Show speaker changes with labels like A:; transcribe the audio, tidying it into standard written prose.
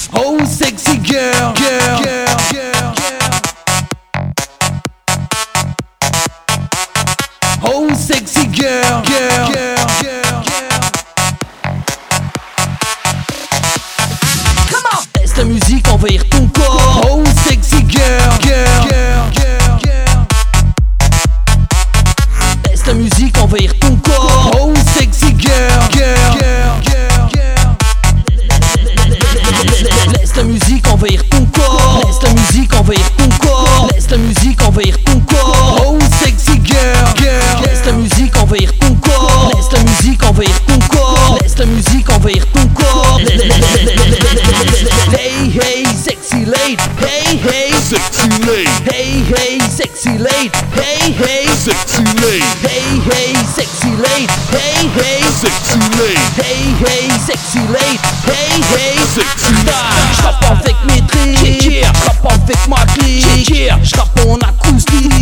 A: Oh sexy girl, girl, girl, girl. Oh sexy girl, girl, girl, girl. Come on. Laisse la musique envahir ton corps. Oh sexy girl, girl, girl, girl, girl. Laisse la musique envahir ton corps. Oh sexy girl, girl, girl, girl, girl. Laisse la musique envahir ton corps. Laisse la musique envahir ton corps. Laisse la musique envahir ton corps. Oh sexy girl, girl. Laisse la musique envahir ton corps. Laisse la musique envahir ton corps. Laisse la musique envahir ton corps. Hey hey sexy lady. Hey hey
B: Sexy lady,
A: hey hey sexy lady. Hey hey
B: sexy lady,
A: hey hey sexy lady. Hey hey
B: sexy lady,
A: hey hey sexy lady. Hey hey
B: sexy
A: J'rappe avec mes tricks, j'rappe avec ma clique, j'rappe en acoustique.